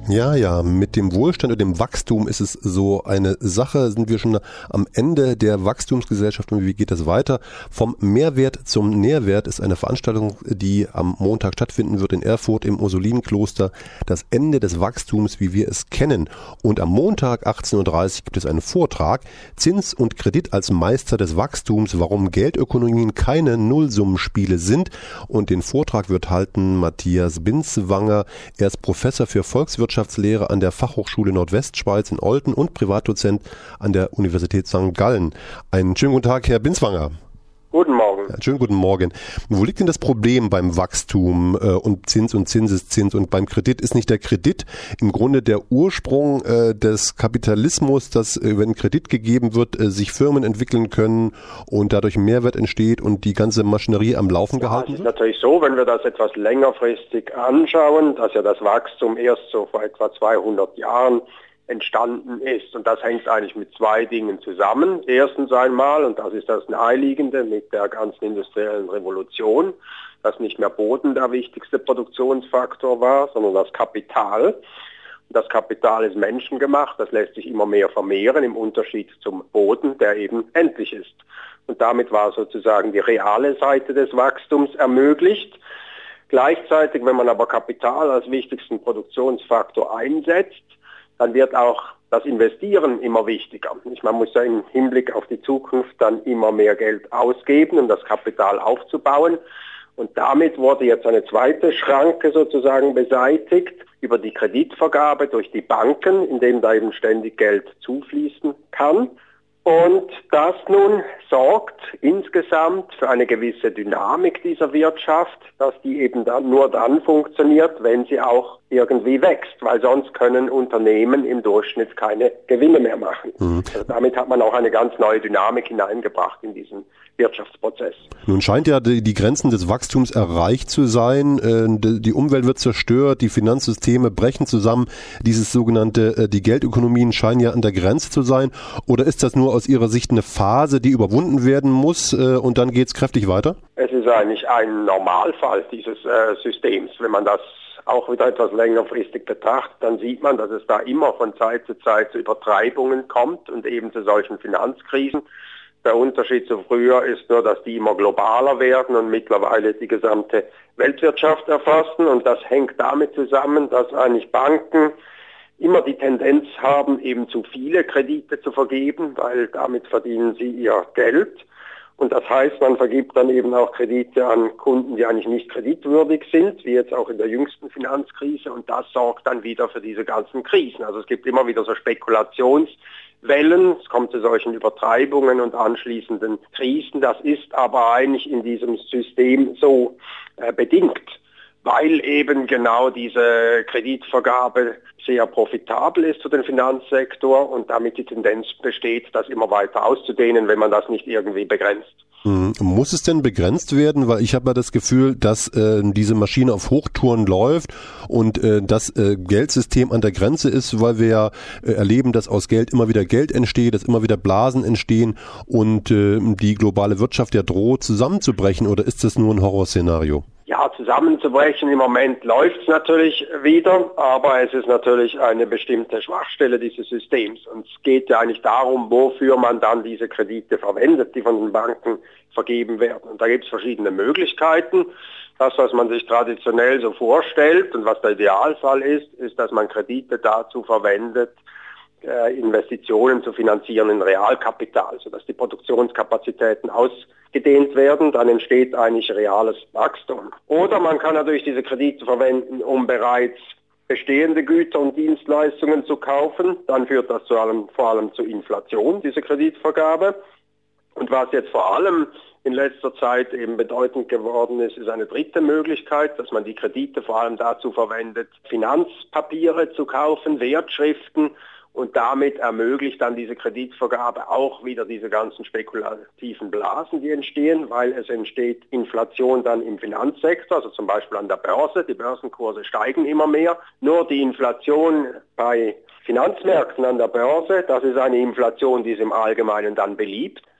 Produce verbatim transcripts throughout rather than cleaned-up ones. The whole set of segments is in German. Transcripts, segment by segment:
Ja, ja, mit dem Wohlstand und dem Wachstum ist es so eine Sache, sind wir schon am Ende der Wachstumsgesellschaft und wie geht das weiter? Vom Mehrwert zum Nährwert ist eine Veranstaltung, die am Montag stattfinden wird in Erfurt im Ursulinenkloster. Das Ende des Wachstums, wie wir es kennen. Und am Montag achtzehn Uhr dreißig gibt es einen Vortrag, Zins und Kredit als Meister des Wachstums, warum Geldökonomien keine Nullsummenspiele sind. Und den Vortrag wird halten Matthias Binswanger. Er ist Professor für Volkswirtschaft Wirtschaftslehre an der Fachhochschule Nordwestschweiz in Olten und Privatdozent an der Universität Sankt Gallen. Einen schönen guten Tag, Herr Binswanger. Guten Morgen. Ja, schönen guten Morgen. Wo liegt denn das Problem beim Wachstum äh, und Zins und Zinseszins und beim Kredit? Ist nicht der Kredit im Grunde der Ursprung äh, des Kapitalismus, dass, äh, wenn Kredit gegeben wird, äh, sich Firmen entwickeln können und dadurch Mehrwert entsteht und die ganze Maschinerie am Laufen ja, gehalten wird? Es ist wird? natürlich so, wenn wir das etwas längerfristig anschauen, dass ja das Wachstum erst so vor etwa zweihundert Jahren entstanden ist. Und das hängt eigentlich mit zwei Dingen zusammen. Erstens einmal, und das ist das Naheliegende, mit der ganzen industriellen Revolution, dass nicht mehr Boden der wichtigste Produktionsfaktor war, sondern das Kapital. Und das Kapital ist menschengemacht, das lässt sich immer mehr vermehren im Unterschied zum Boden, der eben endlich ist. Und damit war sozusagen die reale Seite des Wachstums ermöglicht. Gleichzeitig, wenn man aber Kapital als wichtigsten Produktionsfaktor einsetzt, dann wird auch das Investieren immer wichtiger. Man muss ja im Hinblick auf die Zukunft dann immer mehr Geld ausgeben, um das Kapital aufzubauen. Und damit wurde jetzt eine zweite Schranke sozusagen beseitigt über die Kreditvergabe durch die Banken, indem da eben ständig Geld zufließen kann. Und das nun sorgt insgesamt für eine gewisse Dynamik dieser Wirtschaft, dass die eben dann nur dann funktioniert, wenn sie auch irgendwie wächst, weil sonst können Unternehmen im Durchschnitt keine Gewinne mehr machen. Mhm. Also damit hat man auch eine ganz neue Dynamik hineingebracht in diesen Wirtschaftsprozess. Nun scheint ja die, die Grenzen des Wachstums erreicht zu sein. Äh, die Umwelt wird zerstört, die Finanzsysteme brechen zusammen. Dieses sogenannte, äh, die Geldökonomien scheinen ja an der Grenze zu sein. Oder ist das nur aus Ihrer Sicht eine Phase, die überwunden werden muss äh, und dann geht es kräftig weiter? Es ist eigentlich ein Normalfall dieses äh, Systems. Wenn man das auch wieder etwas längerfristig betrachtet, dann sieht man, dass es da immer von Zeit zu Zeit zu Übertreibungen kommt und eben zu solchen Finanzkrisen. Der Unterschied zu früher ist nur, dass die immer globaler werden und mittlerweile die gesamte Weltwirtschaft erfassen. Und das hängt damit zusammen, dass eigentlich Banken immer die Tendenz haben, eben zu viele Kredite zu vergeben, weil damit verdienen sie ihr Geld. Und das heißt, man vergibt dann eben auch Kredite an Kunden, die eigentlich nicht kreditwürdig sind, wie jetzt auch in der jüngsten Finanzkrise. Und das sorgt dann wieder für diese ganzen Krisen. Also es gibt immer wieder so Spekulationswellen, es kommt zu solchen Übertreibungen und anschließenden Krisen. Das ist aber eigentlich in diesem System so äh, bedingt, weil eben genau diese Kreditvergabe sehr profitabel ist für den Finanzsektor und damit die Tendenz besteht, das immer weiter auszudehnen, wenn man das nicht irgendwie begrenzt. Hm. Muss es denn begrenzt werden? Weil ich habe ja das Gefühl, dass äh, diese Maschine auf Hochtouren läuft und äh, das äh, Geldsystem an der Grenze ist, weil wir ja äh, erleben, dass aus Geld immer wieder Geld entsteht, dass immer wieder Blasen entstehen und äh, die globale Wirtschaft ja droht zusammenzubrechen. Oder ist das nur ein Horrorszenario? Ja, zusammenzubrechen im Moment läuft es natürlich wieder, aber es ist natürlich eine bestimmte Schwachstelle dieses Systems. Und es geht ja eigentlich darum, wofür man dann diese Kredite verwendet, die von den Banken vergeben werden. Und da gibt es verschiedene Möglichkeiten. Das, was man sich traditionell so vorstellt und was der Idealfall ist, ist, dass man Kredite dazu verwendet, Investitionen zu finanzieren in Realkapital, sodass die Produktionskapazitäten ausgedehnt werden, dann entsteht eigentlich reales Wachstum. Oder man kann natürlich diese Kredite verwenden, um bereits bestehende Güter und Dienstleistungen zu kaufen, dann führt das zu allem, vor allem zu Inflation, diese Kreditvergabe. Und was jetzt vor allem in letzter Zeit eben bedeutend geworden ist, ist eine dritte Möglichkeit, dass man die Kredite vor allem dazu verwendet, Finanzpapiere zu kaufen, Wertschriften, und damit ermöglicht dann diese Kreditvergabe auch wieder diese ganzen spekulativen Blasen, die entstehen, weil es entsteht Inflation dann im Finanzsektor, also zum Beispiel an der Börse. Die Börsenkurse steigen immer mehr. Nur die Inflation bei Finanzmärkten an der Börse, das ist eine Inflation, die ist im Allgemeinen dann beliebt.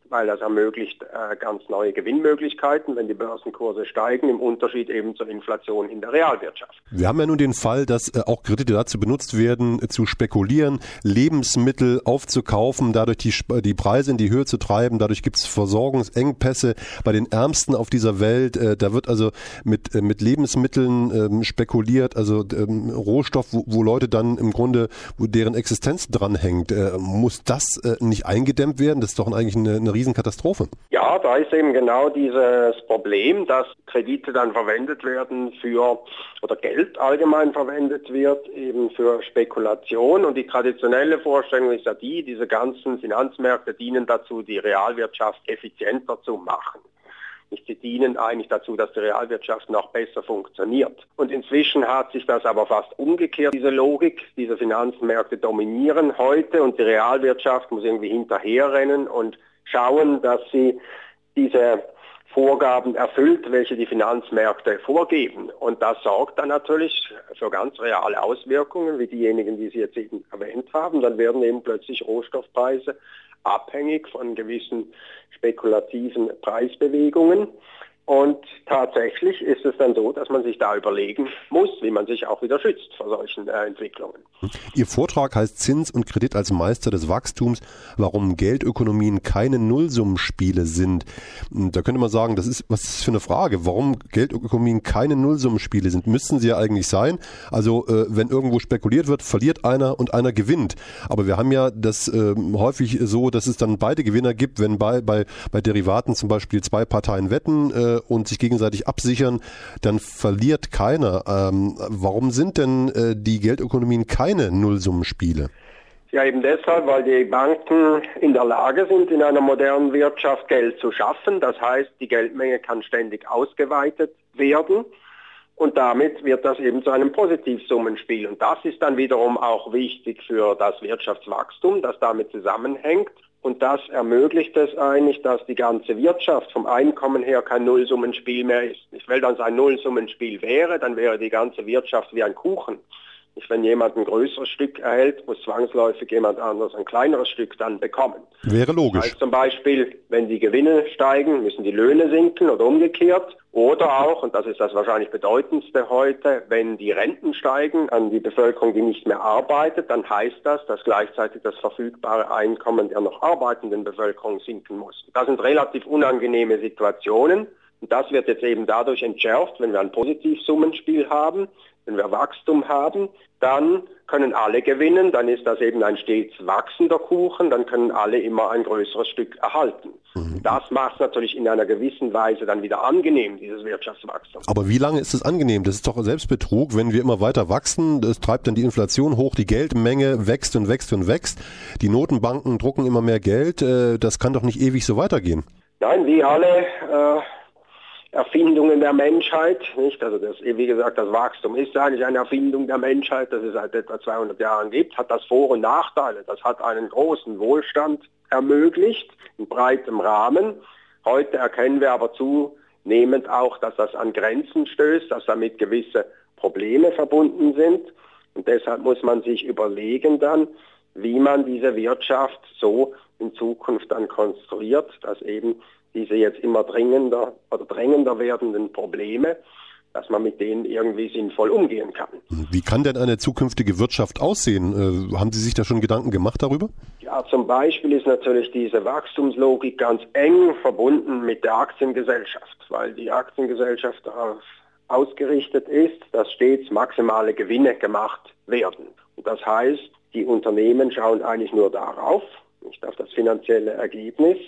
weil das ermöglicht äh, ganz neue Gewinnmöglichkeiten, wenn die Börsenkurse steigen, im Unterschied eben zur Inflation in der Realwirtschaft. Wir haben ja nun den Fall, dass äh, auch Kredite dazu benutzt werden, äh, zu spekulieren, Lebensmittel aufzukaufen, dadurch die, die Preise in die Höhe zu treiben. Dadurch gibt es Versorgungsengpässe bei den Ärmsten auf dieser Welt. Äh, da wird also mit, äh, mit Lebensmitteln ähm, spekuliert, also ähm, Rohstoff, wo, wo Leute dann im Grunde, wo deren Existenz dranhängt. Äh, muss das äh, nicht eingedämmt werden? Das ist doch eigentlich eine, eine Riesenkatastrophe. Ja, da ist eben genau dieses Problem, dass Kredite dann verwendet werden für, oder Geld allgemein verwendet wird, eben für Spekulation. Und die traditionelle Vorstellung ist ja die, diese ganzen Finanzmärkte dienen dazu, die Realwirtschaft effizienter zu machen. Sie dienen eigentlich dazu, dass die Realwirtschaft noch besser funktioniert. Und inzwischen hat sich das aber fast umgekehrt, diese Logik. Diese Finanzmärkte dominieren heute und die Realwirtschaft muss irgendwie hinterherrennen und schauen, dass sie diese Vorgaben erfüllt, welche die Finanzmärkte vorgeben. Und das sorgt dann natürlich für ganz reale Auswirkungen, wie diejenigen, die Sie jetzt eben erwähnt haben. Dann werden eben plötzlich Rohstoffpreise abhängig von gewissen spekulativen Preisbewegungen. Und tatsächlich ist es dann so, dass man sich da überlegen muss, wie man sich auch wieder schützt vor solchen äh, Entwicklungen. Ihr Vortrag heißt Zins und Kredit als Meister des Wachstums, warum Geldökonomien keine Nullsummenspiele sind. Da könnte man sagen, das ist, was ist das für eine Frage? Warum Geldökonomien keine Nullsummenspiele sind? Müssten sie ja eigentlich sein. Also äh, wenn irgendwo spekuliert wird, verliert einer und einer gewinnt. Aber wir haben ja das äh, häufig so, dass es dann beide Gewinner gibt, wenn bei, bei, bei Derivaten zum Beispiel zwei Parteien wetten, äh, und sich gegenseitig absichern, dann verliert keiner. Ähm, warum sind denn äh, die Geldökonomien keine Nullsummenspiele? Ja, eben deshalb, weil die Banken in der Lage sind, in einer modernen Wirtschaft Geld zu schaffen. Das heißt, die Geldmenge kann ständig ausgeweitet werden und damit wird das eben zu einem Positivsummenspiel. Und das ist dann wiederum auch wichtig für das Wirtschaftswachstum, das damit zusammenhängt. Und das ermöglicht es eigentlich, dass die ganze Wirtschaft vom Einkommen her kein Nullsummenspiel mehr ist. Wenn das ein Nullsummenspiel wäre, dann wäre die ganze Wirtschaft wie ein Kuchen. Wenn jemand ein größeres Stück erhält, muss zwangsläufig jemand anderes ein kleineres Stück dann bekommen. Wäre logisch. Das heißt zum Beispiel, wenn die Gewinne steigen, müssen die Löhne sinken oder umgekehrt. Oder auch, und das ist das wahrscheinlich bedeutendste heute, wenn die Renten steigen an die Bevölkerung, die nicht mehr arbeitet, dann heißt das, dass gleichzeitig das verfügbare Einkommen der noch arbeitenden Bevölkerung sinken muss. Das sind relativ unangenehme Situationen. Und das wird jetzt eben dadurch entschärft, wenn wir ein Positivsummenspiel haben, wenn wir Wachstum haben, dann können alle gewinnen, dann ist das eben ein stets wachsender Kuchen, dann können alle immer ein größeres Stück erhalten. Mhm. Das macht es natürlich in einer gewissen Weise dann wieder angenehm, dieses Wirtschaftswachstum. Aber wie lange ist es angenehm? Das ist doch Selbstbetrug, wenn wir immer weiter wachsen, das treibt dann die Inflation hoch, die Geldmenge wächst und wächst und wächst, die Notenbanken drucken immer mehr Geld, das kann doch nicht ewig so weitergehen. Nein, wie alle äh, Erfindungen der Menschheit, nicht? Also das, wie gesagt, das Wachstum ist eigentlich eine Erfindung der Menschheit, das es seit etwa zweihundert Jahren gibt, hat das Vor- und Nachteile. Das hat einen großen Wohlstand ermöglicht, in breitem Rahmen. Heute erkennen wir aber zunehmend auch, dass das an Grenzen stößt, dass damit gewisse Probleme verbunden sind. Und deshalb muss man sich überlegen dann, wie man diese Wirtschaft so in Zukunft dann konstruiert, dass eben diese jetzt immer dringender oder drängender werdenden Probleme, dass man mit denen irgendwie sinnvoll umgehen kann. Wie kann denn eine zukünftige Wirtschaft aussehen? Äh, haben Sie sich da schon Gedanken gemacht darüber? Ja, zum Beispiel ist natürlich diese Wachstumslogik ganz eng verbunden mit der Aktiengesellschaft, weil die Aktiengesellschaft darauf ausgerichtet ist, dass stets maximale Gewinne gemacht werden. Und das heißt, die Unternehmen schauen eigentlich nur darauf, nicht auf das finanzielle Ergebnis,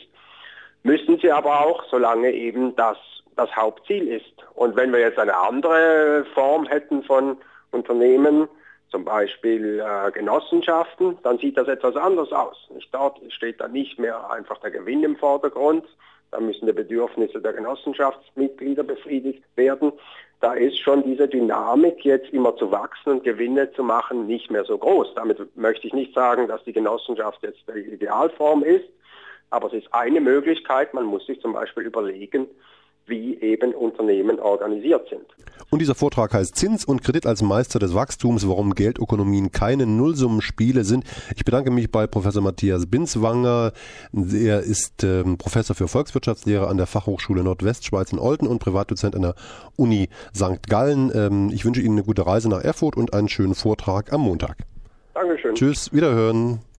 müssen sie aber auch, solange eben das das Hauptziel ist. Und wenn wir jetzt eine andere Form hätten von Unternehmen, zum Beispiel äh, Genossenschaften, dann sieht das etwas anders aus. Nicht? Dort steht dann nicht mehr einfach der Gewinn im Vordergrund, da müssen die Bedürfnisse der Genossenschaftsmitglieder befriedigt werden. Da ist schon diese Dynamik, jetzt immer zu wachsen und Gewinne zu machen, nicht mehr so groß. Damit möchte ich nicht sagen, dass die Genossenschaft jetzt die Idealform ist, aber es ist eine Möglichkeit. Man muss sich zum Beispiel überlegen, wie eben Unternehmen organisiert sind. Und dieser Vortrag heißt Zins und Kredit als Meister des Wachstums, warum Geldökonomien keine Nullsummenspiele sind. Ich bedanke mich bei Professor Matthias Binswanger. Er ist ähm, Professor für Volkswirtschaftslehre an der Fachhochschule Nordwestschweiz in Olten und Privatdozent an der Uni Sankt Gallen. Ähm, ich wünsche Ihnen eine gute Reise nach Erfurt und einen schönen Vortrag am Montag. Dankeschön. Tschüss, wiederhören.